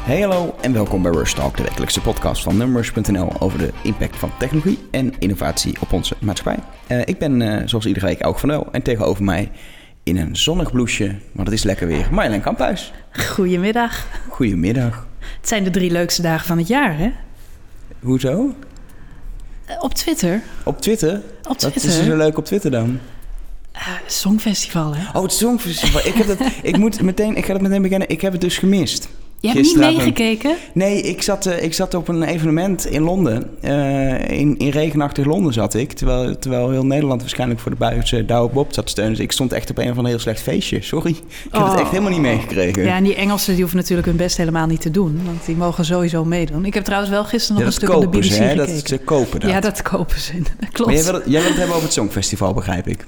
Hey hallo en welkom bij Rush Talk, de wekelijkse podcast van Numbers.nl over de impact van technologie en innovatie op onze maatschappij. Ik ben zoals iedere week Elk van Wel en tegenover mij in een zonnig blouseje, want het is lekker weer, Marjolein Kamphuis. Goedemiddag. Goedemiddag. Het zijn de 3 leukste dagen van het jaar, hè? Hoezo? Op Twitter. Op Twitter? Op Twitter. Wat is er zo leuk op Twitter dan? Songfestival, hè? Oh, het Songfestival. Ik ga dat meteen beginnen. Ik heb het dus gemist. Je hebt niet meegekeken? Nee, ik zat op een evenement in Londen. In regenachtig Londen zat ik. Terwijl heel Nederland waarschijnlijk voor de buis Douwe Bob zat te steunen. Dus ik stond echt op een van een heel slecht feestje. Sorry. Ik heb het echt helemaal niet meegekregen. Ja, en die Engelsen die hoeven natuurlijk hun best helemaal niet te doen. Want die mogen sowieso meedoen. Ik heb trouwens wel gisteren nog een stuk op de BBC gekeken. Ze kopen dat. Ja, dat kopen ze. Klopt. Maar jij wilt het hebben over het Songfestival, begrijp ik.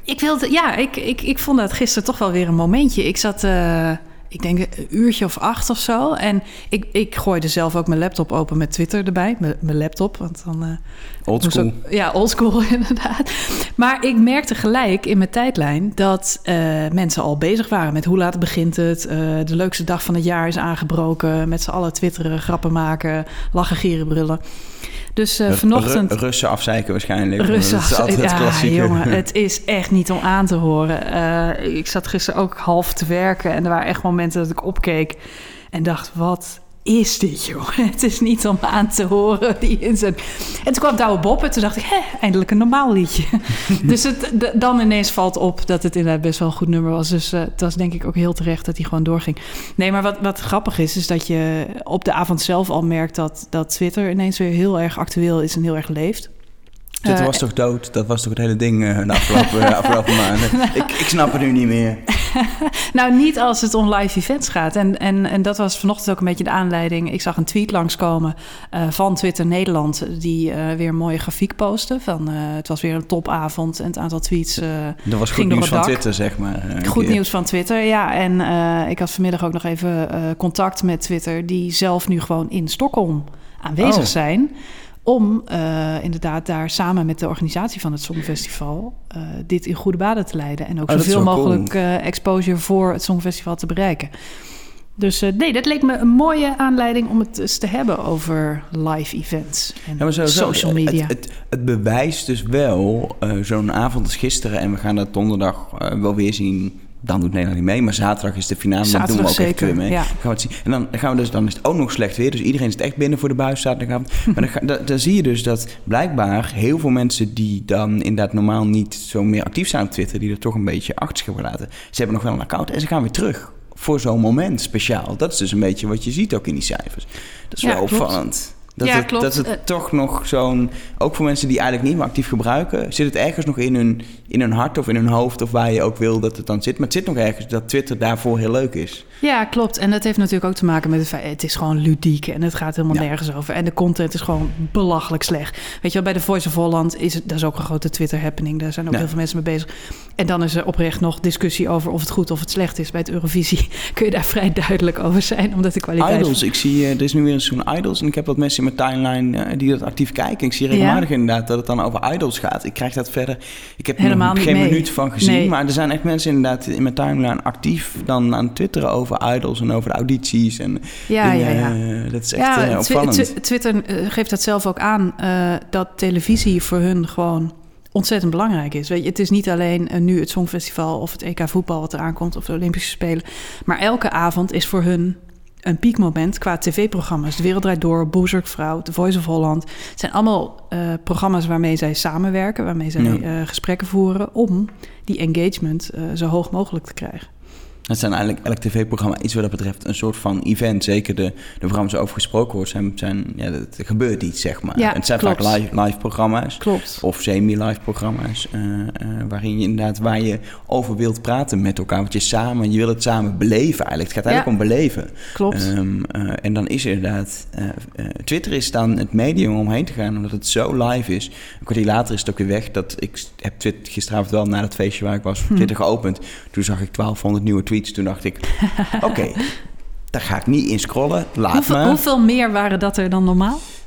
Ik vond dat gisteren toch wel weer een momentje. Ik zat... Ik denk een uurtje of 8 of zo. En ik gooide zelf ook mijn laptop open met Twitter erbij. Mijn laptop, want dan... Oldschool. Ja, oldschool inderdaad. Maar ik merkte gelijk in mijn tijdlijn... dat mensen al bezig waren met hoe laat begint het. De leukste dag van het jaar is aangebroken. Met z'n allen twitteren, grappen maken, lachen, gieren, brullen. Dus vanochtend... Russen afzeiken waarschijnlijk. Russen afzeiken. Ja, klassieke. Jongen, het is echt niet om aan te horen. Ik zat gisteren ook half te werken... en er waren echt momenten dat ik opkeek... en dacht, wat is dit, joh? Het is niet om aan te horen, die inzet. En toen kwam Douwe Bob en toen dacht ik... eindelijk een normaal liedje. Dus dan ineens valt op dat het inderdaad best wel een goed nummer was. Dus het was denk ik ook heel terecht dat hij gewoon doorging. Nee, maar wat grappig is dat je op de avond zelf al merkt... dat Twitter ineens weer heel erg actueel is en heel erg leeft. Twitter was toch dood? Dat was toch het hele ding de afgelopen maanden? Ik snap het nu niet meer. Nou, niet als het om live events gaat. En dat was vanochtend ook een beetje de aanleiding. Ik zag een tweet langskomen van Twitter Nederland... die weer een mooie grafiek postte. Het was weer een topavond en het aantal tweets dat was goed nieuws van Twitter, zeg maar. Goed nieuws van Twitter, ja. En ik had vanmiddag ook nog even contact met Twitter... die zelf nu gewoon in Stockholm aanwezig zijn... om inderdaad daar samen met de organisatie van het Songfestival... dit in goede banen te leiden. En ook zoveel mogelijk exposure voor het Songfestival te bereiken. Dus dat leek me een mooie aanleiding om het eens te hebben over live events en social media. Het bewijst dus wel zo'n avond als gisteren... en we gaan dat donderdag wel weer zien... Dan doet Nederland niet mee, maar zaterdag is de finale. Dan doen we ook zeker. Echt weer mee. Ja. Gaan we het zien. En dan is het ook nog slecht weer. Dus iedereen zit echt binnen voor de buis zaterdagavond. Maar dan zie je dus dat blijkbaar heel veel mensen... die dan inderdaad normaal niet zo meer actief zijn op Twitter... die er toch een beetje achter zich hebben laten. Ze hebben nog wel een account en ze gaan weer terug. Voor zo'n moment speciaal. Dat is dus een beetje wat je ziet ook in die cijfers. Dat is wel opvallend. Dat het toch nog zo'n... Ook voor mensen die eigenlijk niet meer actief gebruiken... zit het ergens nog in hun hart of in hun hoofd... of waar je ook wil dat het dan zit. Maar het zit nog ergens dat Twitter daarvoor heel leuk is. Ja, klopt. En dat heeft natuurlijk ook te maken met het feit... het is gewoon ludiek en het gaat helemaal nergens over. En de content is gewoon belachelijk slecht. Weet je wel, bij de Voice of Holland dat is ook een grote Twitter-happening. Daar zijn ook heel veel mensen mee bezig. En dan is er oprecht nog discussie over of het goed of het slecht is. Bij het Eurovisie kun je daar vrij duidelijk over zijn... omdat de kwaliteit... Idols, ik zie... er is nu weer zo'n Idols... en ik heb wat mensen in mijn timeline die dat actief kijken. Ik zie regelmatig inderdaad dat het dan over Idols gaat. Ik krijg dat verder... Ik heb er nog geen minuut van gezien... Nee. Maar er zijn echt mensen inderdaad in mijn timeline actief... dan aan twitteren over Idols en over de audities. En dat is echt opvallend. Twitter geeft dat zelf ook aan... dat televisie voor hun gewoon... ontzettend belangrijk is. Weet je, het is niet alleen nu het Songfestival... of het EK voetbal wat eraan komt... of de Olympische Spelen. Maar elke avond is voor hun... een piekmoment qua tv-programma's. De Wereld Draait Door, Boezervrouw, The Voice of Holland. Het zijn allemaal programma's waarmee zij samenwerken... waarmee zij gesprekken voeren... om die engagement zo hoog mogelijk te krijgen. Het zijn eigenlijk elk tv-programma iets wat dat betreft een soort van event. Zeker de programma's over gesproken wordt. Er gebeurt iets, zeg maar. Ja, het zijn vaak live programma's. Klopt. Of semi-live programma's. Waarin je inderdaad waar je over wilt praten met elkaar. Want je wil het samen beleven eigenlijk. Het gaat eigenlijk om beleven. Klopt. En dan is inderdaad... Twitter is dan het medium om heen te gaan. Omdat het zo live is. Een kwartier later is het ook weer weg. Ik heb Twitter gisteravond wel na dat feestje waar ik was... Twitter geopend. Toen zag ik 1200 nieuwe tweets. Toen dacht ik, oké, daar ga ik niet in scrollen. Laat maar. Hoeveel meer waren dat er dan normaal?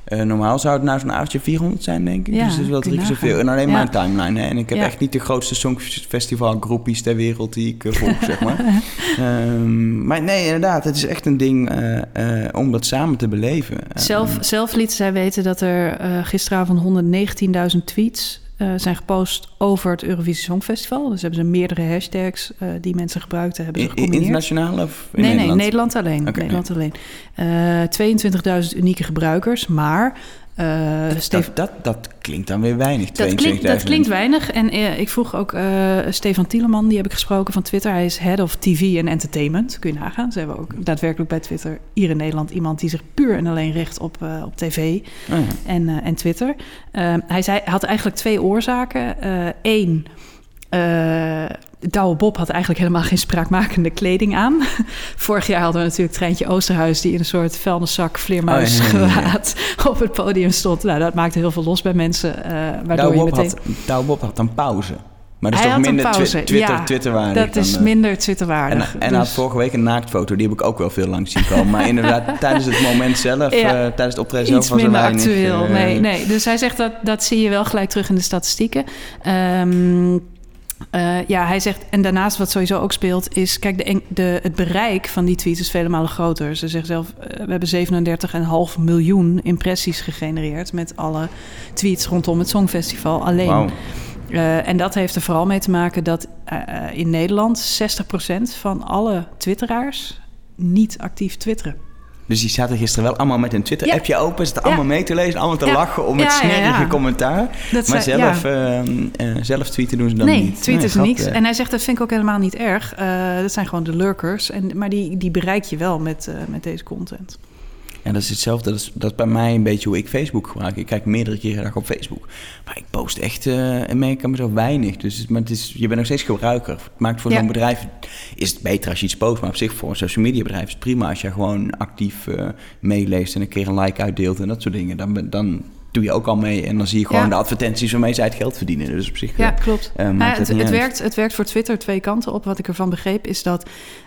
Normaal zou het nou zo'n avondje 400 zijn, denk ik. Ja, dus dat is wel 3 keer zoveel. En alleen mijn timeline. Hè? En ik heb echt niet de grootste songfestival-groepies ter wereld die ik volg, zeg maar. Maar nee, inderdaad, het is echt een ding om dat samen te beleven. Zelf liet zij weten dat er gisteravond 119.000 tweets zijn gepost over het Eurovisie Songfestival. Dus hebben ze meerdere hashtags die mensen gebruikten, hebben ze gecombineerd. Internationaal of in Nederland? Nee, Nederland alleen. Okay, Nederland alleen. 22.000 unieke gebruikers, maar... Dat klinkt dan weer weinig, 22.000. Dat klinkt weinig. En ik vroeg ook Stefan Tieleman, die heb ik gesproken van Twitter. Hij is Head of TV en Entertainment. Kun je nagaan. Ze hebben ook daadwerkelijk bij Twitter hier in Nederland iemand die zich puur en alleen richt op tv en Twitter. Hij had eigenlijk 2 oorzaken. Eén... Douwe Bob had eigenlijk helemaal geen spraakmakende kleding aan. Vorig jaar hadden we natuurlijk Treintje Oosterhuis... die in een soort vuilniszak vleermuisgewaad op het podium stond. Nou, dat maakte heel veel los bij mensen. Waardoor Douwe Bob had een pauze. Maar dat is hij toch minder Twitterwaardig. Dat is minder Twitterwaardig. En hij had vorige week een naaktfoto. Die heb ik ook wel veel langs zien komen. Maar inderdaad, tijdens het moment zelf... tijdens het optreden zelf was er weinig... Iets minder actueel. Nee. Dus hij zegt dat zie je wel gelijk terug in de statistieken. Hij zegt, en daarnaast wat sowieso ook speelt... is, kijk, het bereik van die tweets is vele malen groter. Ze zegt zelf, we hebben 37,5 miljoen impressies gegenereerd... met alle tweets rondom het Songfestival alleen. Wow. En dat heeft er vooral mee te maken dat in Nederland... 60% van alle twitteraars niet actief twitteren. Dus die zaten gisteren wel allemaal met een Twitter-appje open. Zitten allemaal mee te lezen, allemaal te lachen om het snerige commentaar. Maar zelf tweeten doen ze dan niet. Nee, tweeten ze niet. En hij zegt, dat vind ik ook helemaal niet erg. Dat zijn gewoon de lurkers. Maar die bereik je wel met deze content. Ja, dat is hetzelfde. Dat is bij mij een beetje hoe ik Facebook gebruik. Ik kijk meerdere keren per dag op Facebook. Maar ik post echt, merk aan mezelf weinig. Maar je bent nog steeds gebruiker. Het maakt voor zo'n bedrijf, is het beter als je iets post. Maar op zich voor een social media bedrijf is het prima als je gewoon actief meeleest en een keer een like uitdeelt en dat soort dingen. Dan doe je ook al mee en dan zie je gewoon de advertenties waarmee zij het geld verdienen. Dus op zich klopt. Het werkt voor Twitter 2 kanten op. Wat ik ervan begreep is dat...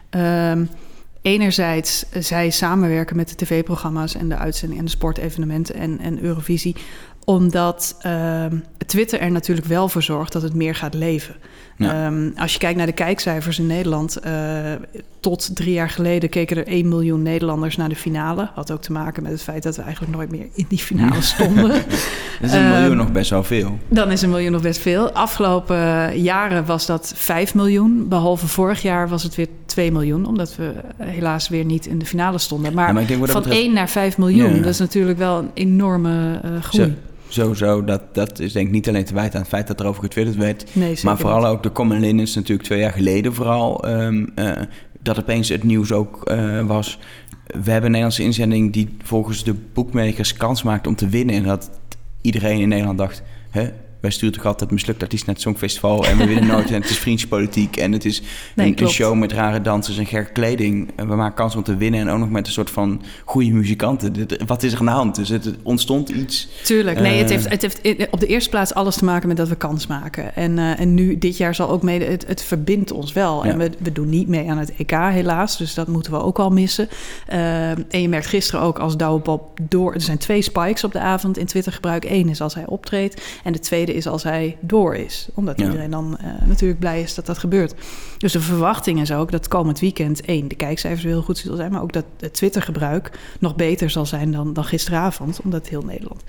enerzijds, zij samenwerken met de tv-programma's en de uitzending en de sportevenementen en Eurovisie, omdat Twitter er natuurlijk wel voor zorgt dat het meer gaat leven. Ja. Als je kijkt naar de kijkcijfers in Nederland, tot 3 jaar geleden keken er 1 miljoen Nederlanders naar de finale. Had ook te maken met het feit dat we eigenlijk nooit meer in die finale stonden. Dat is 1 miljoen nog best wel veel. Dan is 1 miljoen nog best veel. Afgelopen jaren was dat 5 miljoen. Behalve vorig jaar was het weer 2 miljoen. Omdat we helaas weer niet in de finale stonden. Maar ik denk van 1 naar 5 miljoen, dat is natuurlijk wel een enorme groei. Sowieso, dat is denk ik niet alleen te wijten aan het feit dat er over getwitterd werd. Nee, maar vooral ook de Common Linens natuurlijk 2 jaar geleden vooral. Dat opeens het nieuws ook was. We hebben een Nederlandse inzending die volgens de boekmakers kans maakt om te winnen. En dat iedereen in Nederland dacht... Wij sturen toch altijd mislukt artiest naar het Songfestival... en we winnen nooit en het is vriendjespolitiek... en het is een show met rare dansers en gekke kleding. We maken kans om te winnen en ook nog met een soort van goede muzikanten. Wat is er aan de hand? Dus het ontstond iets... Tuurlijk, nee, het heeft op de eerste plaats alles te maken met dat we kans maken. En nu, dit jaar zal ook mede... Het verbindt ons wel. Ja. En we doen niet mee aan het EK helaas, dus dat moeten we ook al missen. En je merkt gisteren ook als Douwe Bob door... Er zijn 2 spikes op de avond in Twitter gebruik. 1 is als hij optreedt en de tweede is als hij door is. Omdat iedereen dan natuurlijk blij is dat dat gebeurt. Dus de verwachting is ook dat komend weekend... de kijkcijfers heel goed zullen zijn... maar ook dat het Twittergebruik nog beter zal zijn dan gisteravond. Omdat heel Nederland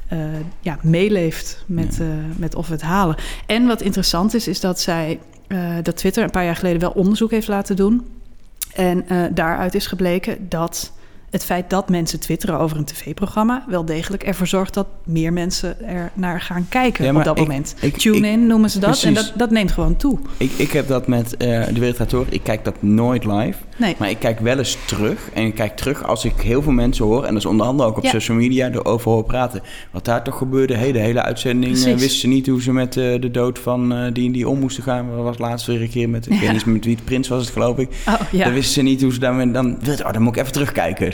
meeleeft met of we het halen. En wat interessant is dat dat Twitter een paar jaar geleden wel onderzoek heeft laten doen. En daaruit is gebleken dat... het feit dat mensen twitteren over een tv-programma... wel degelijk ervoor zorgt dat meer mensen er naar gaan kijken op dat moment. Tune-in noemen ze dat. Precies. En dat neemt gewoon toe. Ik heb dat met De Wereld Draait Door. Ik kijk dat nooit live. Nee. Maar ik kijk wel eens terug. En ik kijk terug als ik heel veel mensen hoor... en dat is onder andere ook op social media erover hoor praten. Wat daar toch gebeurde, de hele uitzending... wisten ze niet hoe ze met de dood van die om moesten gaan. Dat was laatst weer een keer met... Ik weet niet met wie, Prins was het geloof ik. Dan wisten ze niet hoe ze daarmee... Dan moet ik even terugkijken.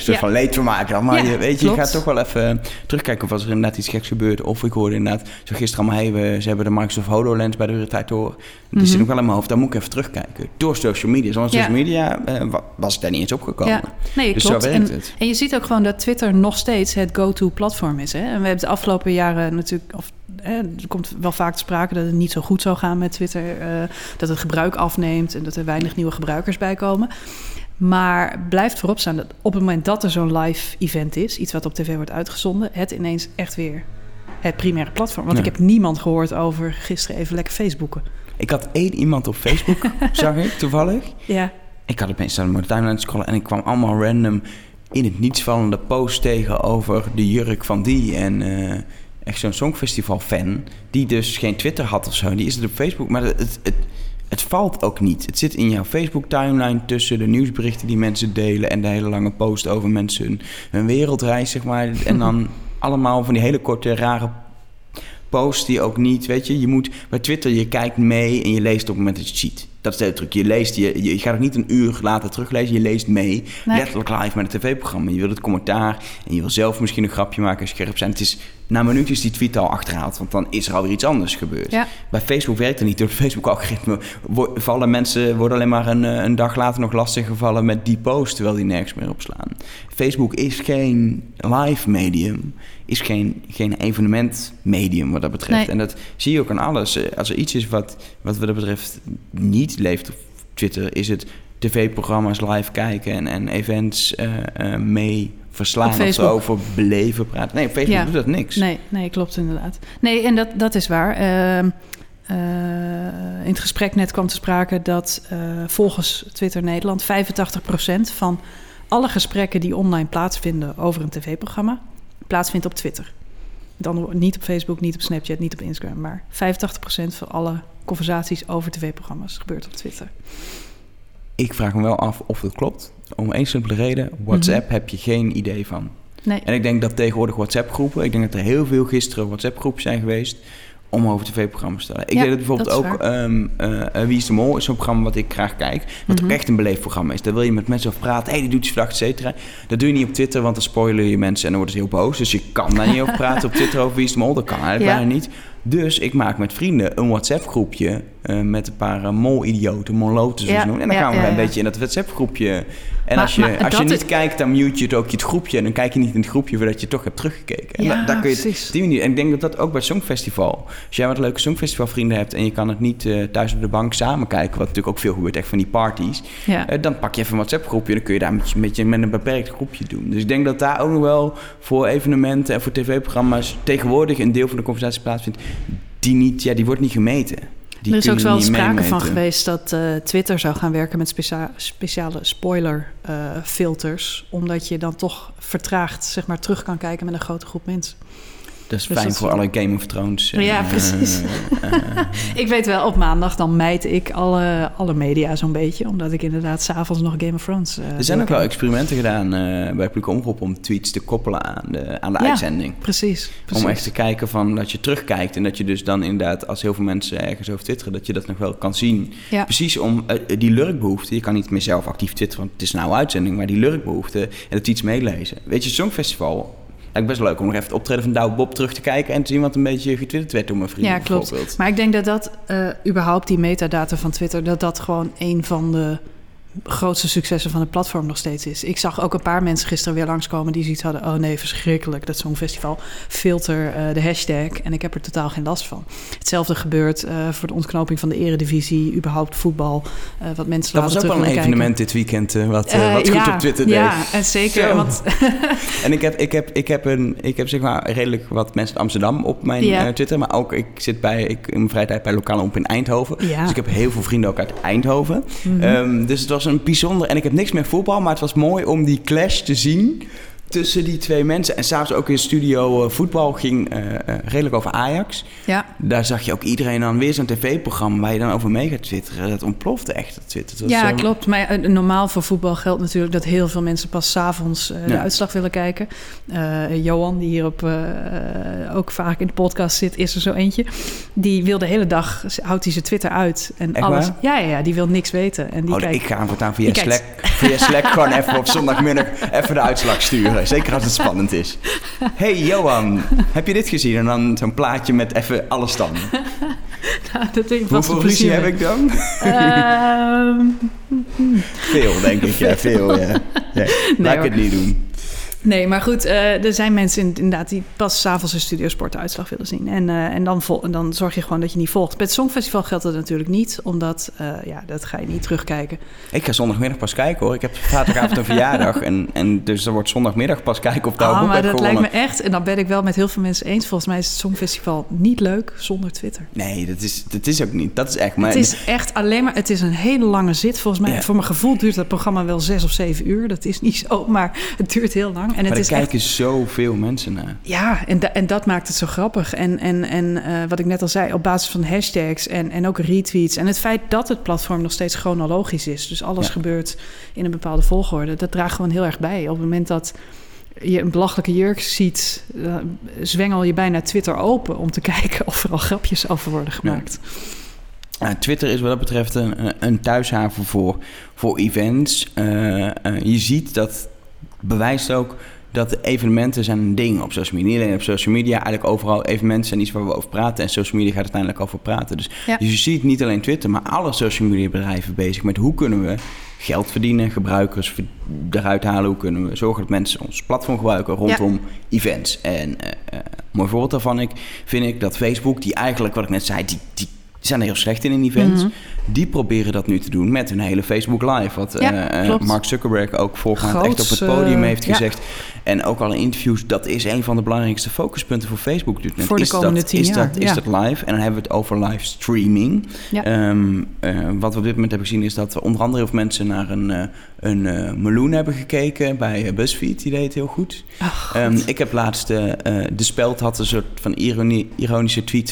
soort van leedvermaak dan. Maar je gaat toch wel even terugkijken of als er inderdaad iets geks gebeurt. Of ik hoorde inderdaad, zo gisteren allemaal, ze hebben de Microsoft HoloLens bij de Irritatoren. Dat zit nog wel in mijn hoofd, daar moet ik even terugkijken. Door social media. Zonder social media was ik daar niet eens opgekomen. Ja. Nee, dus klopt. zo werkt het. En je ziet ook gewoon dat Twitter nog steeds het go-to-platform is. Hè? En we hebben de afgelopen jaren natuurlijk... er komt wel vaak te sprake dat het niet zo goed zou gaan met Twitter. Dat het gebruik afneemt en dat er weinig nieuwe gebruikers bij komen. Maar blijft voorop staan dat op het moment dat er zo'n live event is... iets wat op tv wordt uitgezonden... het ineens echt weer het primaire platform. Want ik heb niemand gehoord over gisteren even lekker Facebooken. Ik had 1 iemand op Facebook, zag ik toevallig. Ja. Ik had opeens aan mijn timeline te scrollen... en ik kwam allemaal random in het nietsvallende post tegen... over de jurk van die en... echt zo'n songfestival-fan... die dus geen Twitter had of zo. Die is het op Facebook. Maar het valt ook niet. Het zit in jouw Facebook-timeline... tussen de nieuwsberichten die mensen delen... en de hele lange post over mensen hun wereldreis, zeg maar. En dan allemaal van die hele korte, rare posts die ook niet... Weet je moet bij Twitter, je kijkt mee... en je leest op het moment dat je het ziet. Dat is de hele truc. Je leest, je gaat ook niet een uur later teruglezen. Je leest mee, letterlijk live met het tv-programma. Je wil het commentaar en je wil zelf misschien een grapje maken... scherp zijn. Het is... Na een minuut is die tweet al achterhaald, want dan is er alweer iets anders gebeurd. Ja. Bij Facebook werkt het niet. Door het Facebook-algoritme worden alleen maar een dag later nog lastig gevallen met die post, terwijl die nergens meer opslaan. Facebook is geen live medium, is geen evenement medium wat dat betreft. Nee. En dat zie je ook aan alles. Als er iets is wat dat betreft niet leeft op Twitter, is het tv-programma's live kijken en events mee verslaan of zo over beleven praten. Nee, op Facebook doet dat niks. Nee, klopt inderdaad. Nee, en dat is waar. In het gesprek net kwam te sprake dat volgens Twitter Nederland 85% van alle gesprekken die online plaatsvinden over een tv-programma plaatsvindt op Twitter. Dan niet op Facebook, niet op Snapchat, niet op Instagram, maar 85% van alle conversaties over tv-programma's gebeurt op Twitter. Ik vraag me wel af of het klopt. Om één simpele reden, WhatsApp heb je geen idee van. Nee. En ik denk dat tegenwoordig WhatsApp-groepen... Ik denk dat er heel veel gisteren WhatsApp-groepen zijn geweest... om over tv-programma's te stellen. Ik weet dat bijvoorbeeld ook Wie is de Mol is zo'n programma wat ik graag kijk. Wat ook echt een beleefprogramma is. Daar wil je met mensen over praten. Die doet iets vandaag, et cetera. Dat doe je niet op Twitter, want dan spoilen je mensen... en dan worden ze heel boos. Dus je kan daar niet over praten op Twitter over Wie is de Mol. Dat kan eigenlijk bijna niet. Dus ik maak met vrienden een WhatsApp-groepje... met een paar mol-idioten, molloten zoals noemen. En dan gaan we een beetje in dat WhatsApp-groepje... En als je niet kijkt, dan mute je ook het groepje... en dan kijk je niet in het groepje voordat je het toch hebt teruggekeken. En daar kun je het die manier. En ik denk dat dat ook bij Songfestival... Als jij wat leuke Songfestivalvrienden hebt... en je kan het niet thuis op de bank samen kijken... wat natuurlijk ook veel gebeurt, echt van die parties... dan pak je even een WhatsApp-groepje... en dan kun je daar met een beperkt groepje doen. Dus ik denk dat daar ook nog wel voor evenementen... en voor tv-programma's tegenwoordig een deel van de conversatie plaatsvindt... die wordt niet gemeten. Er is ook wel sprake van geweest dat Twitter zou gaan werken met speciale spoiler-filters. Omdat je dan toch vertraagd zeg maar, terug kan kijken met een grote groep mensen. Dat is dus fijn voor alle Game of Thrones. Ja, precies. Ik weet wel, op maandag dan mijt ik alle media zo'n beetje. Omdat ik inderdaad 's avonds nog Game of Thrones... er zijn ook wel experimenten gedaan bij publieke omroep... om tweets te koppelen aan de uitzending. Precies. Om echt te kijken van dat je terugkijkt... en dat je dus dan inderdaad, als heel veel mensen ergens over twitteren... dat je dat nog wel kan zien. Ja. Precies om die lurkbehoefte... je kan niet meer zelf actief twitteren, want het is nou uitzending... maar die lurkbehoefte en dat iets meelezen. Weet je, Songfestival... Eigenlijk best leuk om nog even het optreden van Douwe Bob terug te kijken... en te zien wat een beetje getwitterd werd door mijn vrienden. Ja, klopt. Maar ik denk dat überhaupt die metadata van Twitter... dat gewoon een van de grootste successen van het platform nog steeds is. Ik zag ook een paar mensen gisteren weer langskomen... die zoiets hadden, oh nee, verschrikkelijk, dat Songfestival. Filter de hashtag en ik heb er totaal geen last van. Hetzelfde gebeurt voor de ontknoping van de eredivisie... überhaupt voetbal, wat mensen laten terug willen kijken. Dat was ook wel een evenement dit weekend wat goed op Twitter deed. Ja, en zeker. Want en ik heb zeg maar redelijk wat mensen in Amsterdam op mijn Twitter... maar ook, ik zit in mijn vrije tijd bij lokale omroep in Eindhoven. Ja. Dus ik heb heel veel vrienden ook uit Eindhoven. Dus het was een bijzonder... En ik heb niks meer voetbal, maar het was mooi om die clash te zien... tussen die twee mensen. En s'avonds ook in studio voetbal ging redelijk over Ajax. Ja. Daar zag je ook iedereen dan weer zo'n tv-programma... waar je dan over mee gaat twitteren. Dat ontplofte echt, dat Twitter. Ja, klopt. Maar normaal voor voetbal geldt natuurlijk... dat heel veel mensen pas 's avonds de uitslag willen kijken. Johan, die hier ook vaak in de podcast zit... is er zo eentje. Die wil de hele dag... houdt hij zijn Twitter uit. En echt alles. Waar? Ja, die wil niks weten. En die kijkt, ik ga hem voortaan via Slack... via Slack gewoon even op zondagmiddag even de uitslag sturen. Zeker als het spannend is. Hey Johan, heb je dit gezien? En dan zo'n plaatje met even alle standen. Nou, hoeveel ruzie heb ik dan? Veel, denk ik. Ja, veel, ja. Laat ik het niet doen. Nee, maar goed, er zijn mensen inderdaad die pas 's avonds een studiosportuitslag willen zien. En dan zorg je gewoon dat je niet volgt. Bij het Songfestival geldt dat natuurlijk niet, omdat dat ga je niet terugkijken. Ik ga zondagmiddag pas kijken hoor. Ik heb zaterdagavond een verjaardag en dus er wordt zondagmiddag pas kijken of daar boek maar dat lijkt me echt, en dan ben ik wel met heel veel mensen eens. Volgens mij is het Songfestival niet leuk zonder Twitter. Nee, dat is ook niet. Dat is echt. Het is echt alleen maar, het is een hele lange zit. Volgens mij, voor mijn gevoel duurt dat programma wel 6 of 7 uur. Dat is niet zo, maar het duurt heel lang. En maar er kijken zoveel mensen naar. Ja, en dat maakt het zo grappig. En wat ik net al zei, op basis van hashtags en ook retweets. En het feit dat het platform nog steeds chronologisch is. Dus alles gebeurt in een bepaalde volgorde. Dat draagt gewoon heel erg bij. Op het moment dat je een belachelijke jurk ziet, zwengel je bijna Twitter open om te kijken of er al grapjes over worden gemaakt. Ja. Twitter is wat dat betreft een thuishaven voor events. Je ziet dat bewijst ook dat de evenementen zijn een ding op social media. Niet alleen op social media, eigenlijk overal evenementen zijn iets waar we over praten. En social media gaat uiteindelijk over praten. Dus je ziet niet alleen Twitter, maar alle social media bedrijven bezig met hoe kunnen we geld verdienen, gebruikers eruit halen. Hoe kunnen we zorgen dat mensen ons platform gebruiken rondom events. En mooi voorbeeld daarvan vind ik dat Facebook, die eigenlijk, wat ik net zei, die zijn er heel slecht in events. Mm-hmm. Die proberen dat nu te doen met hun hele Facebook Live. Wat Mark Zuckerberg ook vorige maand echt op het podium heeft gezegd. En ook al in interviews, dat is een van de belangrijkste focuspunten voor Facebook. Dus voor de komende 10 jaar. Is dat live? En dan hebben we het over livestreaming. Ja. Wat we op dit moment hebben gezien is dat we onder andere mensen naar een meloen hebben gekeken bij BuzzFeed. Die deed het heel goed. Ik heb laatst De Speld had een soort van ironische tweet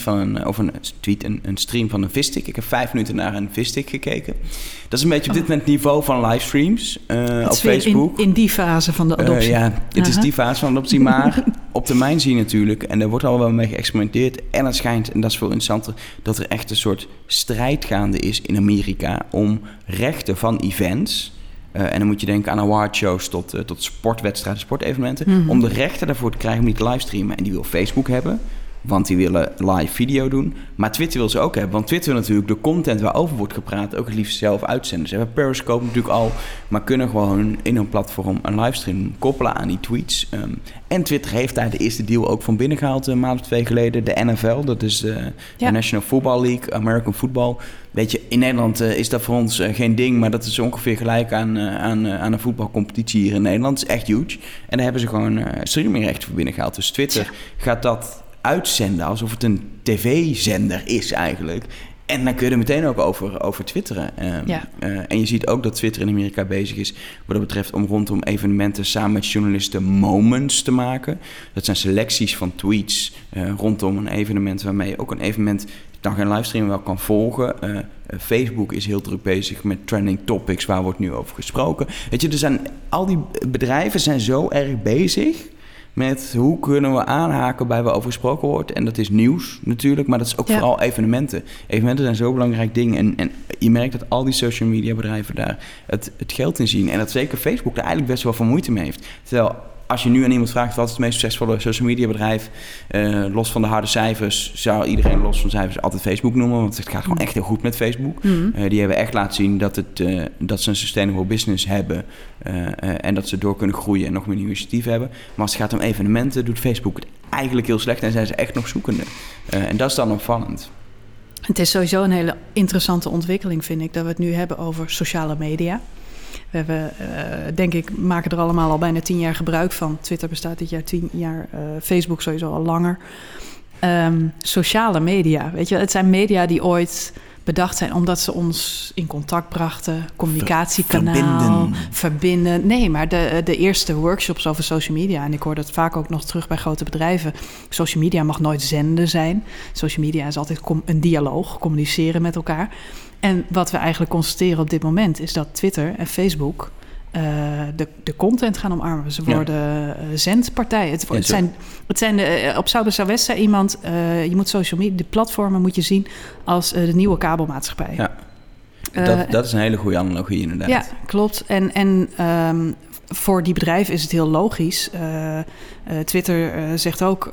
een stream van een visstick. Ik heb 5 minuten naar een visstick gekeken. Dat is een beetje op dit moment niveau van livestreams op Facebook. In die fase van de adoptie. Het is die fase van de adoptie, maar op termijn zie je natuurlijk, en daar wordt al wel mee geëxperimenteerd, en het schijnt, en dat is veel interessanter, dat er echt een soort strijd gaande is in Amerika om rechten van events. En dan moet je denken aan awardshows tot sportwedstrijden, sportevenementen, om de rechten daarvoor te krijgen om die te livestreamen. En die wil Facebook hebben, want die willen live video doen. Maar Twitter wil ze ook hebben. Want Twitter wil natuurlijk de content waarover wordt gepraat ook het liefst zelf uitzenden. Ze hebben Periscope natuurlijk al, maar kunnen gewoon in hun platform een livestream koppelen aan die tweets. En Twitter heeft daar de eerste deal ook van binnengehaald een maand of 2 geleden. De NFL, dat is de National Football League, American Football. Weet je, in Nederland is dat voor ons geen ding, maar dat is ongeveer gelijk aan een voetbalcompetitie hier in Nederland. Dat is echt huge. En daar hebben ze gewoon streamingrechten voor binnengehaald. Dus Twitter gaat dat uitzenden alsof het een tv-zender is eigenlijk. En dan kun je er meteen ook over twitteren. En je ziet ook dat Twitter in Amerika bezig is wat dat betreft om rondom evenementen samen met journalisten moments te maken. Dat zijn selecties van tweets rondom een evenement waarmee je ook een evenement dan geen livestream wel kan volgen. Facebook is heel druk bezig met trending topics, waar wordt nu over gesproken. Weet je, al die bedrijven zijn zo erg bezig met hoe kunnen we aanhaken bij waarover gesproken wordt. En dat is nieuws natuurlijk, maar dat is ook vooral evenementen. Evenementen zijn zo'n belangrijk ding. En je merkt dat al die social media bedrijven daar het geld in zien. En dat zeker Facebook daar eigenlijk best wel veel moeite mee heeft. Terwijl als je nu aan iemand vraagt wat is het meest succesvolle social media bedrijf, los van de harde cijfers, zou iedereen los van cijfers altijd Facebook noemen. Want het gaat gewoon echt heel goed met Facebook. Die hebben echt laten zien dat ze een sustainable business hebben. En dat ze door kunnen groeien en nog meer initiatieven hebben. Maar als het gaat om evenementen, doet Facebook het eigenlijk heel slecht en zijn ze echt nog zoekende. En dat is dan opvallend. Het is sowieso een hele interessante ontwikkeling, vind ik, dat we het nu hebben over sociale media. We hebben, denk ik, maken er allemaal al bijna 10 jaar gebruik van. Twitter bestaat dit jaar 10 jaar, Facebook sowieso al langer. Sociale media, weet je, het zijn media die ooit bedacht zijn omdat ze ons in contact brachten, communicatiekanaal, verbinden. Nee, maar de eerste workshops over social media, en ik hoor dat vaak ook nog terug bij grote bedrijven. Social media mag nooit zenden zijn. Social media is altijd een dialoog, communiceren met elkaar. En wat we eigenlijk constateren op dit moment is dat Twitter en Facebook de content gaan omarmen. Ze worden zendpartijen. Het zijn op Sauber Southwest zei iemand, je moet social media, de platformen moet je zien als de nieuwe kabelmaatschappij. Dat is een hele goede analogie inderdaad. Ja, klopt. En voor die bedrijven is het heel logisch. Twitter zegt ook...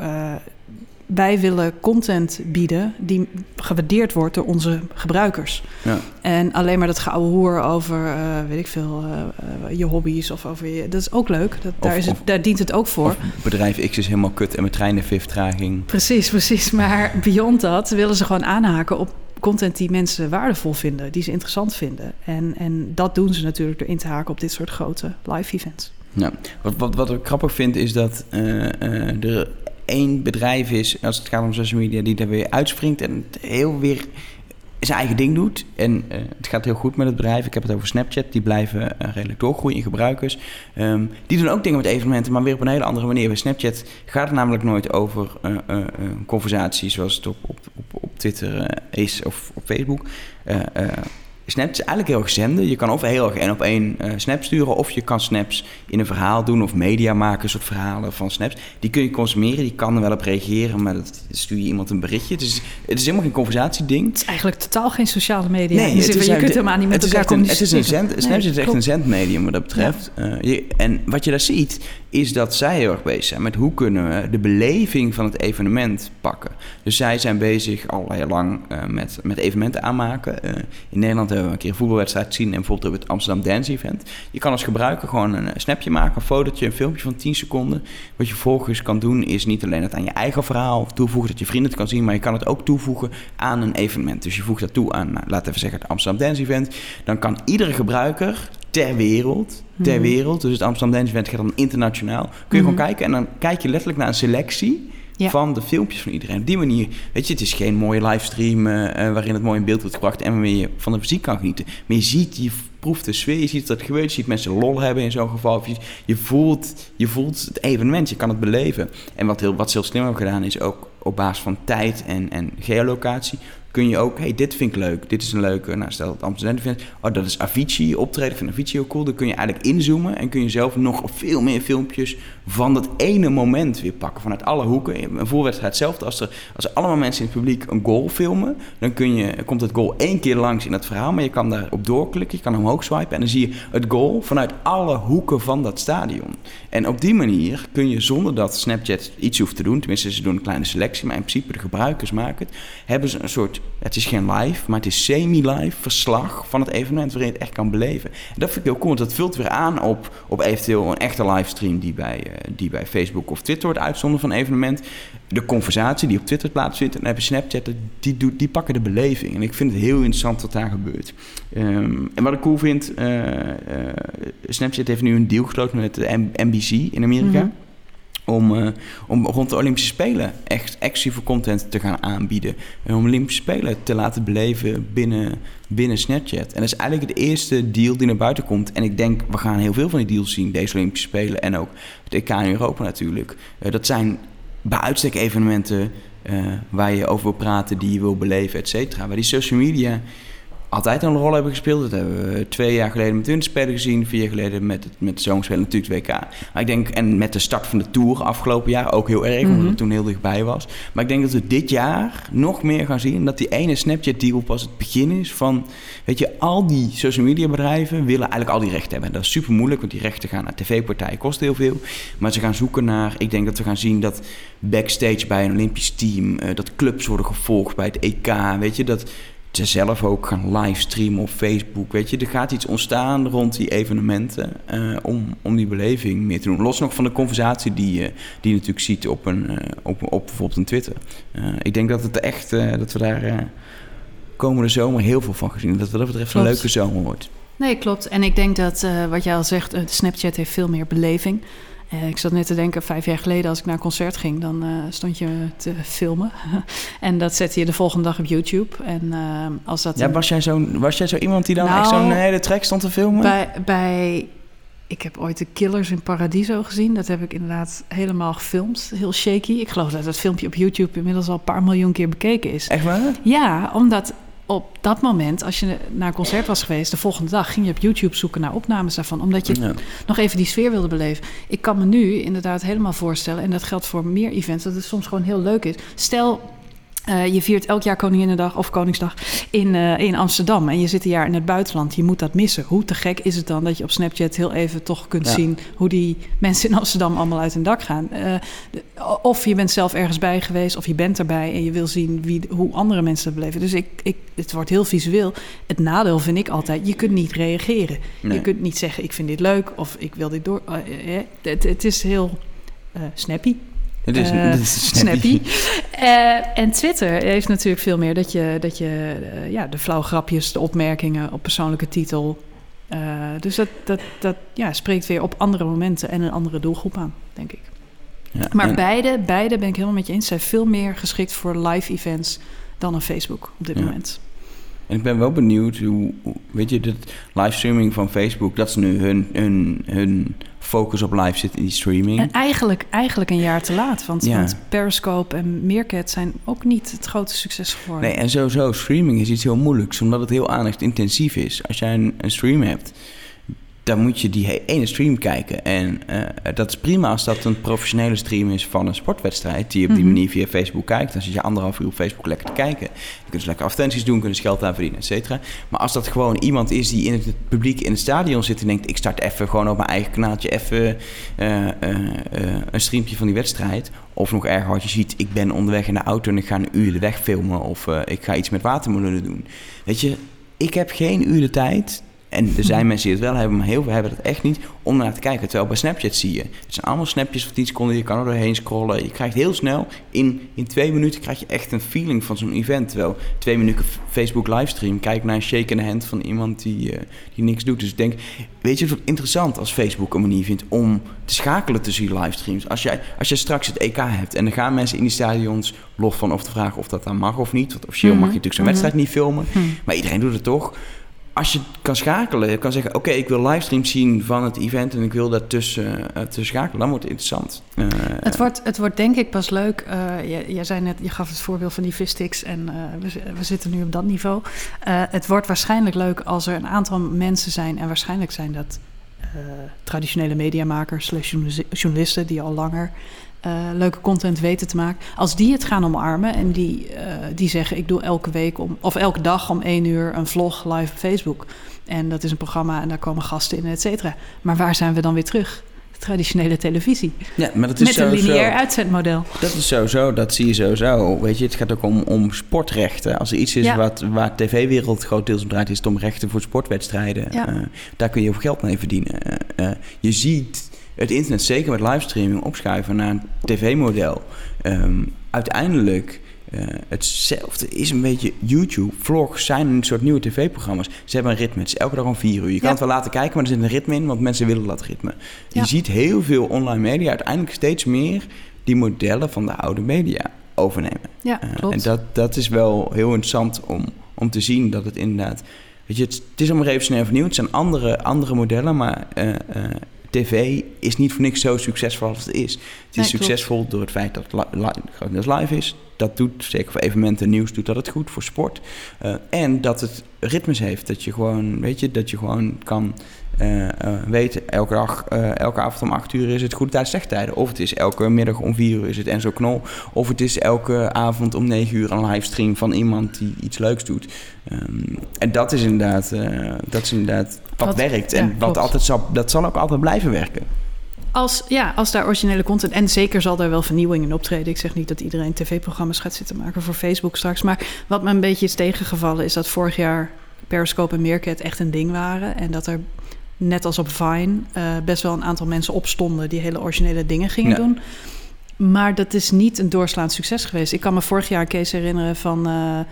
wij willen content bieden die gewaardeerd wordt door onze gebruikers. Ja. En alleen maar dat geouwe hoer over, weet ik veel, je hobby's of over je... Dat is ook leuk. Daar dient het ook voor. Bedrijf X is helemaal kut en met treinen vertraging. Precies. Maar beyond dat willen ze gewoon aanhaken op content die mensen waardevol vinden, die ze interessant vinden. En dat doen ze natuurlijk door in te haken op dit soort grote live events. Ja. Wat ik grappig vind is dat er één bedrijf is, als het gaat om social media, die daar weer uitspringt en heel weer zijn eigen ding doet. En het gaat heel goed met het bedrijf. Ik heb het over Snapchat. Die blijven redelijk doorgroeien in gebruikers. Die doen ook dingen met evenementen, maar weer op een hele andere manier. Bij Snapchat gaat het namelijk nooit over conversaties zoals het op Twitter is of op Facebook. Snapchat is eigenlijk heel erg zenden. Je kan of heel erg 1-op-1 snap sturen, of je kan snaps in een verhaal doen of media maken, een soort verhalen van snaps. Die kun je consumeren, die kan er wel op reageren, maar dat stuur je iemand een berichtje. Het is helemaal geen conversatieding. Het is eigenlijk totaal geen sociale media. Nee, je kunt helemaal niet met elkaar communiceren. Snapchat is echt een zendmedium wat dat betreft. Ja. En wat je daar ziet, is dat zij heel erg bezig zijn met hoe kunnen we de beleving van het evenement pakken. Dus zij zijn bezig al heel lang met evenementen aanmaken. In Nederland hebben we een keer een voetbalwedstrijd gezien en bijvoorbeeld op het Amsterdam Dance Event. Je kan als gebruiker gewoon een snapje maken, een fotootje, een filmpje van 10 seconden. Wat je vervolgens kan doen is niet alleen het aan je eigen verhaal toevoegen, dat je vrienden het kan zien, maar je kan het ook toevoegen aan een evenement. Dus je voegt dat toe aan, laten we even zeggen, het Amsterdam Dance Event. Dan kan iedere gebruiker ter wereld, dus het Amsterdam Dance Event gaat dan internationaal, kun je gewoon kijken en dan kijk je letterlijk naar een selectie van de filmpjes van iedereen. Op die manier, weet je, het is geen mooie livestream waarin het mooi in beeld wordt gebracht en waarmee je van de muziek kan genieten. Maar je ziet, je proeft de sfeer, je ziet dat het gebeurt, je ziet mensen lol hebben in zo'n geval. Je voelt het evenement, je kan het beleven. En wat ze heel slim hebben gedaan is ook op basis van tijd en geolocatie kun je ook, dit vind ik leuk, dit is een leuke, stel dat Amsterdam vindt, dat is Avicii, optreden, ik vind Avicii heel cool, dan kun je eigenlijk inzoomen en kun je zelf nog veel meer filmpjes van dat ene moment weer pakken, vanuit alle hoeken. Een voorwedstrijd hetzelfde, als allemaal mensen in het publiek een goal filmen, dan komt het goal 1 keer langs in het verhaal, maar je kan daarop doorklikken, je kan omhoog swipen en dan zie je het goal vanuit alle hoeken van dat stadion. En op die manier kun je, zonder dat Snapchat iets hoeft te doen, tenminste ze doen een kleine selectie, maar in principe de gebruikers maken het, hebben ze een soort, het is geen live, maar het is semi-live verslag van het evenement waarin je het echt kan beleven. En dat vind ik heel cool, want dat vult weer aan op eventueel een echte livestream die bij Facebook of Twitter wordt uitgezonden van een evenement. De conversatie die op Twitter plaatsvindt en dan heb je Snapchat, die pakken de beleving. En ik vind het heel interessant wat daar gebeurt. En wat ik cool vind, Snapchat heeft nu een deal gesloten met de NBC in Amerika. Mm-hmm. Om rond de Olympische Spelen echt exclusieve content te gaan aanbieden. En om Olympische Spelen te laten beleven binnen Snapchat. En dat is eigenlijk de eerste deal die naar buiten komt. En ik denk, we gaan heel veel van die deals zien, deze Olympische Spelen. En ook het EK in Europa natuurlijk. Dat zijn bij uitstek evenementen waar je over wil praten, die je wil beleven, et cetera. Waar die social media altijd een rol hebben gespeeld. Dat hebben we 2 jaar geleden met de Winterspelen gezien, 4 jaar geleden met de Zomerspelen, natuurlijk het WK. Maar ik denk, en met de start van de Tour afgelopen jaar ook heel erg, omdat het toen heel dichtbij was. Maar ik denk dat we dit jaar nog meer gaan zien, dat die ene Snapchat-deal pas het begin is van, weet je, al die social media bedrijven willen eigenlijk al die rechten hebben. En dat is super moeilijk, want die rechten gaan naar tv-partijen, kost heel veel. Maar ze gaan zoeken naar, ik denk dat we gaan zien dat backstage bij een Olympisch team, dat clubs worden gevolgd bij het EK, weet je, dat ze zelf ook gaan livestreamen op Facebook, weet je. Er gaat iets ontstaan rond die evenementen om die beleving meer te doen. Los nog van de conversatie die je natuurlijk ziet op bijvoorbeeld een Twitter. Ik denk dat het echt, dat we daar komende zomer heel veel van gezien. Dat wat dat betreft een leuke zomer wordt. Nee, klopt. En ik denk dat, wat jij al zegt, Snapchat heeft veel meer beleving. Ik zat net te denken, 5 jaar geleden als ik naar een concert ging, dan stond je te filmen. En dat zette je de volgende dag op YouTube. En als dat was jij zo iemand die dan echt zo'n hele track stond te filmen? Ik heb ooit de Killers in Paradiso gezien. Dat heb ik inderdaad helemaal gefilmd. Heel shaky. Ik geloof dat het filmpje op YouTube inmiddels al een paar miljoen keer bekeken is. Echt waar? Ja, omdat op dat moment, als je naar een concert was geweest, de volgende dag ging je op YouTube zoeken naar opnames daarvan, omdat je nog even die sfeer wilde beleven. Ik kan me nu inderdaad helemaal voorstellen, en dat geldt voor meer events, dat het soms gewoon heel leuk is. Stel, Je viert elk jaar Koninginnedag of Koningsdag in Amsterdam. En je zit een jaar in het buitenland. Je moet dat missen. Hoe te gek is het dan dat je op Snapchat heel even toch kunt zien hoe die mensen in Amsterdam allemaal uit hun dak gaan. Of je bent zelf ergens bij geweest of je bent erbij en je wil zien hoe andere mensen dat beleven. Dus het wordt heel visueel. Het nadeel vind ik altijd, je kunt niet reageren. Nee. Je kunt niet zeggen, ik vind dit leuk of ik wil dit door. Het is heel snappy. Het is snappy. En Twitter heeft natuurlijk veel meer dat je de flauwe grapjes, de opmerkingen op persoonlijke titel. Dus dat spreekt weer op andere momenten en een andere doelgroep aan, denk ik. Ja, maar beide ben ik helemaal met je eens, zijn veel meer geschikt voor live events dan een Facebook op dit moment. En ik ben wel benieuwd hoe weet je, de livestreaming van Facebook, dat is nu hun focus op live zit in die streaming. En eigenlijk een jaar te laat, want Periscope en Meerkat zijn ook niet het grote succes geworden. Nee, en sowieso, streaming is iets heel moeilijks, omdat het heel aandachtsintensief is. Als jij een stream hebt, dan moet je die ene stream kijken. En dat is prima als dat een professionele stream is van een sportwedstrijd, die je op die manier via Facebook kijkt. Dan zit je 1,5 uur op Facebook lekker te kijken. Je kunt dus lekker advertenties doen, kunnen geld aan verdienen, et cetera. Maar als dat gewoon iemand is die in het publiek in het stadion zit en denkt, ik start even gewoon op mijn eigen kanaaltje even een streampje van die wedstrijd. Of nog erger wat je ziet, ik ben onderweg in de auto en ik ga een uur de weg filmen. Of ik ga iets met watermeloenen doen. Weet je, ik heb geen uur de tijd. En er zijn mensen die het wel hebben, maar heel veel hebben het echt niet om naar te kijken. Terwijl bij Snapchat zie je, het zijn allemaal snapjes van 10 seconden, je kan er doorheen scrollen. Je krijgt heel snel, in 2 minuten krijg je echt een feeling van zo'n event. Terwijl 2 minuten Facebook livestream, kijk naar een shake in de hand van iemand die niks doet. Dus ik denk, weet je, het wordt interessant als Facebook een manier vindt om te schakelen tussen die livestreams. Als jij straks het EK hebt en dan gaan mensen in die stadions los van of te vragen of dat dan mag of niet. Want officieel mag je natuurlijk zo'n wedstrijd niet filmen, maar iedereen doet het toch. Als je kan schakelen, je kan zeggen, oké, ik wil livestreams zien van het event en ik wil dat tussen schakelen, dan wordt het interessant. Het wordt denk ik pas leuk. Jij zei net, je gaf het voorbeeld van die vissticks en we zitten nu op dat niveau. Het wordt waarschijnlijk leuk als er een aantal mensen zijn en waarschijnlijk zijn dat traditionele mediamakers, journalisten die al langer leuke content weten te maken. Als die het gaan omarmen en die zeggen, ik doe elke week of elke dag om 1 uur een vlog live op Facebook. En dat is een programma en daar komen gasten in, et cetera. Maar waar zijn we dan weer terug? Traditionele televisie. Ja, maar dat is met een lineair uitzendmodel. Dat is sowieso, dat zie je sowieso. Weet je, het gaat ook om sportrechten. Als er iets is waar tv-wereld grotendeels om draait, is het om rechten voor sportwedstrijden. Ja. Daar kun je heel veel geld mee verdienen. Je ziet het internet zeker met livestreaming opschuiven naar een tv-model. Uiteindelijk hetzelfde is een beetje YouTube. Vlogs zijn een soort nieuwe tv-programma's. Ze hebben een ritme. Het is elke dag om 4 uur. Je kan het wel laten kijken, maar er zit een ritme in, want mensen willen dat ritme. Ja. Je ziet heel veel online media uiteindelijk steeds meer die modellen van de oude media overnemen. Ja, klopt. En dat is wel heel interessant om te zien dat het inderdaad... Weet je, het is allemaal revolutionair vernieuwd. Het zijn andere modellen, maar... TV is niet voor niks zo succesvol als het is. Het is succesvol door het feit dat het live is. Dat doet, zeker voor evenementen en nieuws, doet dat het goed voor sport. En dat het ritmes heeft. Dat je gewoon kan weten, elke avond om 8 uur is het goede tijd, slechte tijden. Of het is elke middag om 4 uur is het Enzo Knol. Of het is elke avond om 9 uur een livestream van iemand die iets leuks doet. En dat is inderdaad wat werkt. En dat zal ook altijd blijven werken. Als daar originele content... En zeker zal daar wel vernieuwing in optreden. Ik zeg niet dat iedereen tv-programma's gaat zitten maken voor Facebook straks. Maar wat me een beetje is tegengevallen... is dat vorig jaar Periscope en Meerkat echt een ding waren. En dat er, net als op Vine... best wel een aantal mensen opstonden... die hele originele dingen gingen doen. Maar dat is niet een doorslaand succes geweest. Ik kan me vorig jaar een case herinneren van...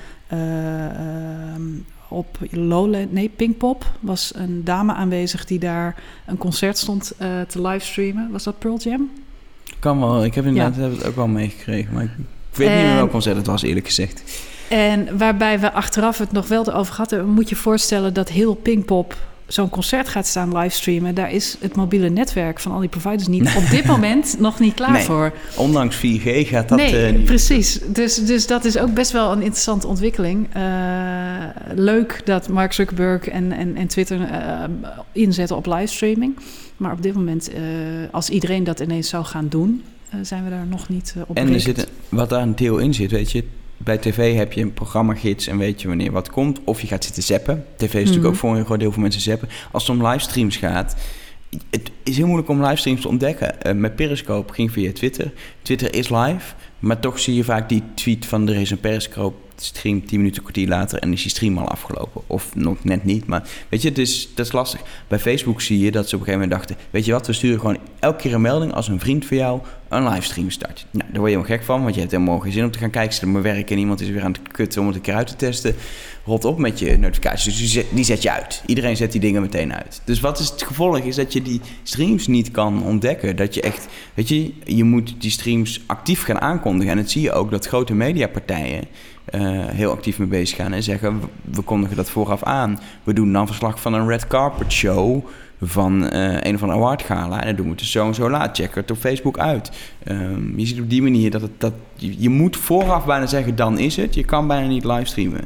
op Pinkpop was een dame aanwezig die daar een concert stond te livestreamen. Was dat Pearl Jam? Kan wel. Ik heb inderdaad het ook wel meegekregen. Maar ik weet niet meer welk concert het was, eerlijk gezegd. En waarbij we achteraf het nog wel over hadden. Moet je voorstellen dat heel Pinkpop zo'n concert gaat staan livestreamen. Daar is het mobiele netwerk van al die providers niet op dit moment nog niet klaar voor. Ondanks 4G gaat dat niet. Precies. Dus dat is ook best wel een interessante ontwikkeling. Leuk dat Mark Zuckerberg en Twitter inzetten op livestreaming. Maar op dit moment, als iedereen dat ineens zou gaan doen, zijn we daar nog niet op. En wat daar een deel in zit, weet je, bij tv heb je een programmagids en weet je wanneer wat komt. Of je gaat zitten zappen. TV is natuurlijk ook voor een groot deel van mensen zappen. Als het om livestreams gaat... Het is heel moeilijk om livestreams te ontdekken. Met Periscope ging via Twitter. Twitter is live, maar toch zie je vaak die tweet van er is een Periscope stream 10 minuten, kwartier later en is die stream al afgelopen. Of nog net niet, maar weet je, dat is lastig. Bij Facebook zie je dat ze op een gegeven moment dachten, weet je wat, we sturen gewoon elke keer een melding als een vriend van jou een livestream start. Nou, daar word je helemaal gek van, want je hebt helemaal geen zin om te gaan kijken. Zit op mijn werk en iemand is weer aan het kutten om het een keer uit te testen. Rot op met je notificaties. Dus die zet je uit. Iedereen zet die dingen meteen uit. Dus wat is het gevolg? Is dat je die streams niet kan ontdekken. Dat je echt, weet je moet die streams actief gaan aankondigen. En dat zie je ook dat grote mediapartijen heel actief mee bezig gaan en zeggen, we kondigen dat vooraf aan. We doen dan verslag van een red carpet show van een of andere awardgala. En dat doen we dus zo en zo laat. Check het op Facebook uit. Je ziet op die manier dat je moet vooraf bijna zeggen, dan is het. Je kan bijna niet livestreamen.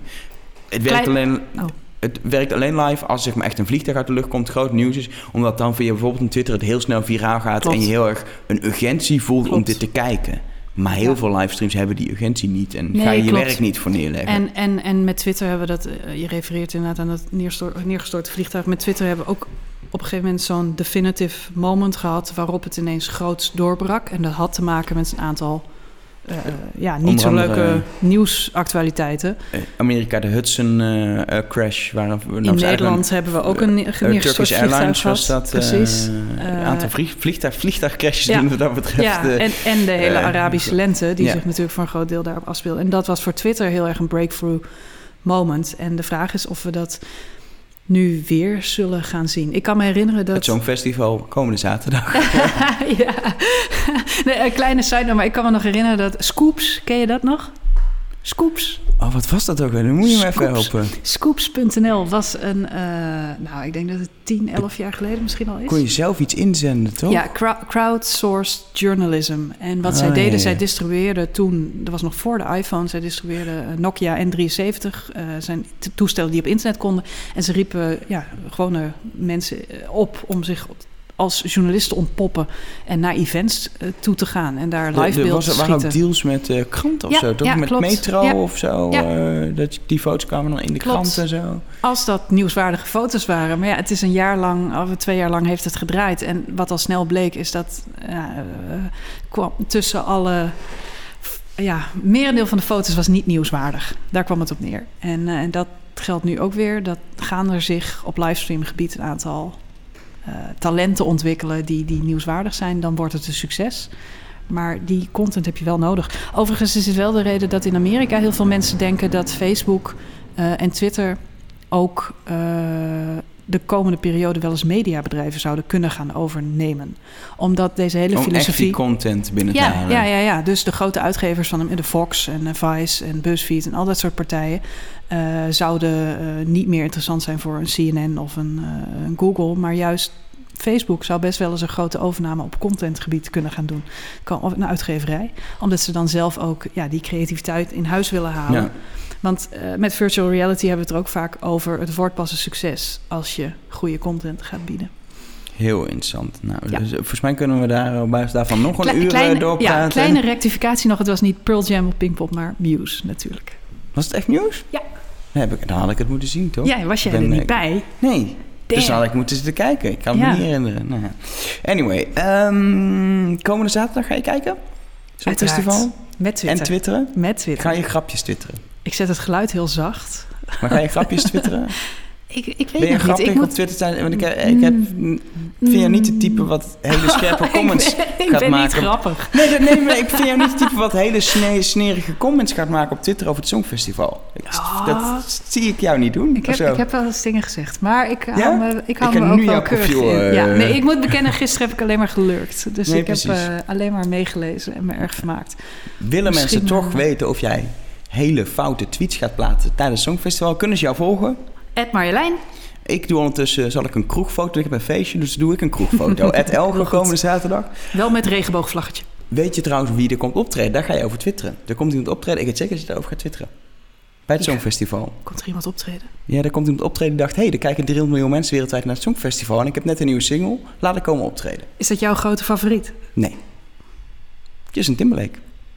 Het werkt alleen live als zeg maar echt een vliegtuig uit de lucht komt, groot nieuws is. Omdat dan via bijvoorbeeld een Twitter het heel snel viraal gaat. Klopt. En je heel erg een urgentie voelt om dit te kijken. Maar heel veel livestreams hebben die urgentie niet. En ga je werk niet voor neerleggen. En met Twitter hebben we dat... je refereert inderdaad aan dat neergestorte vliegtuig. Met Twitter hebben we ook op een gegeven moment zo'n definitive moment gehad waarop het ineens groots doorbrak. En dat had te maken met een aantal niet zo leuke nieuwsactualiteiten. Amerika, de Hudson crash. In Nederland hebben we ook een neergestort vliegtuig was dat. Precies. Een aantal vliegtuigcrashes die wat dat betreft. Ja, en de hele Arabische lente die zich natuurlijk voor een groot deel daarop afspeelt. En dat was voor Twitter heel erg een breakthrough moment. En de vraag is of we dat nu weer zullen gaan zien. Ik kan me herinneren dat... Het Songfestival komende zaterdag. Ja, een kleine side note, maar ik kan me nog herinneren dat Scoops, ken je dat nog? Scoops. Oh, wat was dat ook weer? Dan moet je me even helpen. Scoops.nl was een... ik denk dat het 10, 11 jaar geleden misschien al is. Kon je zelf iets inzenden, toch? Ja, crowdsourced journalism. En wat zij deden, zij distribueerden toen... Dat was nog voor de iPhone. Zij distribueerden Nokia N73. Zijn toestellen die op internet konden. En ze riepen gewone mensen op om zich als journalist te ontpoppen en naar events toe te gaan en daar live beelden te schieten. Er waren ook deals met kranten of zo, toch? Met klopt. Metro of zo. Ja. Dat die foto's kwamen dan in de krant en zo. Als dat nieuwswaardige foto's waren. Maar het is een jaar lang, of 2 jaar lang heeft het gedraaid. En wat al snel bleek is dat kwam tussen alle... merendeel van de foto's was niet nieuwswaardig. Daar kwam het op neer. En dat geldt nu ook weer. Dat gaan er zich op livestreamgebied een aantal talenten ontwikkelen die nieuwswaardig zijn, dan wordt het een succes. Maar die content heb je wel nodig. Overigens is het wel de reden dat in Amerika heel veel mensen denken dat Facebook en Twitter ook de komende periode wel eens mediabedrijven zouden kunnen gaan overnemen. Omdat deze hele filosofie... Om echt die content binnen te halen. Ja. Dus de grote uitgevers van de Fox en Vice en BuzzFeed en al dat soort partijen zouden niet meer interessant zijn voor een CNN of een Google, maar juist Facebook zou best wel eens een grote overname op contentgebied kunnen gaan doen. Of een uitgeverij. Omdat ze dan zelf ook die creativiteit in huis willen halen. Ja. Want met virtual reality hebben we het er ook vaak over. Het wordt pas een succes als je goede content gaat bieden. Heel interessant. Nou, dus volgens mij kunnen we daar op basis daarvan nog een uur doorpraten. Ja, kleine rectificatie nog. Het was niet Pearl Jam of Pinkpop, maar Muse natuurlijk. Was het echt Muse? Ja. Dan had ik het moeten zien, toch? Ja, was jij er niet bij? Nee. Damn. Dus dan had ik moeten zitten kijken. Ik kan me niet herinneren. Nou, anyway, komende zaterdag ga je kijken? Zo'n festival? Met Twitter. En twitteren? Met Twitter. Ga je grapjes twitteren? Ik zet het geluid heel zacht. Maar ga je grapjes twitteren? Ik weet ben je nog grappig niet. op Twitter zijn? Want vind je niet het type wat hele scherpe comments gaat maken? Ik ben niet grappig. Nee, maar ik vind jou niet het type wat hele snerige comments gaat maken op Twitter over het Songfestival. Dat zie ik jou niet doen. Ik heb wel eens dingen gezegd, maar ik hou me ook wel keurig in. Ik moet bekennen, gisteren heb ik alleen maar gelurkt. Dus ik heb alleen maar meegelezen en me erg vermaakt. Willen mensen toch weten of jij hele foute tweets gaat plaatsen tijdens het Songfestival? Kunnen ze jou volgen? @Marjolein. Ik doe ondertussen, zal ik een kroegfoto... Ik heb een feestje, dus doe ik een kroegfoto. @Elge komende zaterdag. Wel met regenboogvlaggetje. Weet je trouwens wie er komt optreden? Daar ga je over twitteren. Er komt iemand optreden. Ik weet zeker dat je daarover gaat twitteren. Bij het Songfestival. Komt er iemand optreden? Ja, er komt iemand optreden die dacht... er kijken 300 miljoen mensen wereldwijd naar het Songfestival... en ik heb net een nieuwe single. Laat ik komen optreden. Is dat jouw grote favoriet? Nee. Justin Timberlake.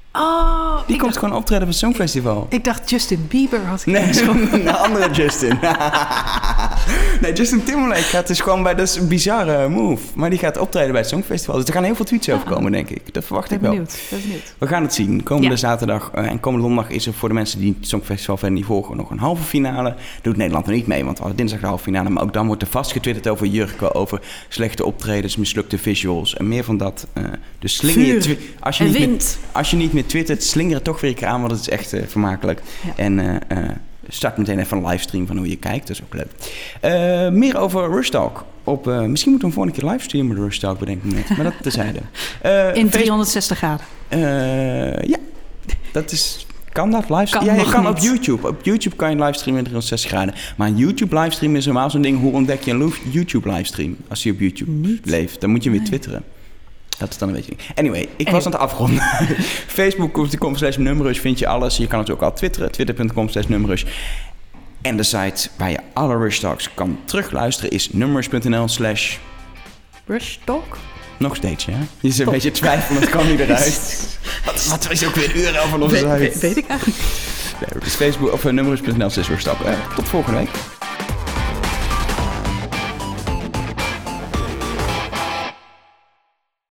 Oh, die komt gewoon optreden op het Songfestival. Ik dacht Justin Bieber had Nee, een andere Justin. Nee, Justin Timberlake gaat dus gewoon bij... Dat is een bizarre move. Maar die gaat optreden bij het Songfestival. Dus er gaan heel veel tweets over komen, denk ik. Dat verwacht ik wel. Ben benieuwd. We gaan het zien. Komende zaterdag en komende donderdag is er voor de mensen die het Songfestival verder niet volgen nog een halve finale. Doet Nederland er niet mee, want we hadden dinsdag de halve finale. Maar ook dan wordt er vast getwitterd over jurken, over slechte optredens, mislukte visuals en meer van dat. Dus slinger je als je niet meer twittert, slinger het toch weer een keer aan, want het is echt vermakelijk. Ja. En start meteen even een livestream van hoe je kijkt, dat is ook leuk. Meer over Rush Talk. Misschien moeten we een volgende keer livestreamen de Rush Talk, bedenk ik net. Maar dat terzijde. In 360 graden. Ja, dat is... Kan dat livestreamen? Ja, je kan op YouTube. Op YouTube kan je livestreamen in 360 graden. Maar een YouTube-livestream is normaal zo'n ding. Hoe ontdek je een YouTube-livestream als je op YouTube leeft? Dan moet je weer twitteren. Dat is dan een beetje... Anyway, ik was aan het afronden. Facebook.com/Numrush vind je alles. Je kan het ook al twitteren. Twitter.com/Numrush. En de site waar je alle Rush Talks kan terugluisteren is numrush.nl/... Rush Talk? Nog steeds, ja. Je is een beetje twijfelend, kan niet eruit. Wat is ook weer een URL van onze site? Weet ik eigenlijk. Nee, dus Facebook of numrush.nl/Rush Talk. Tot volgende week.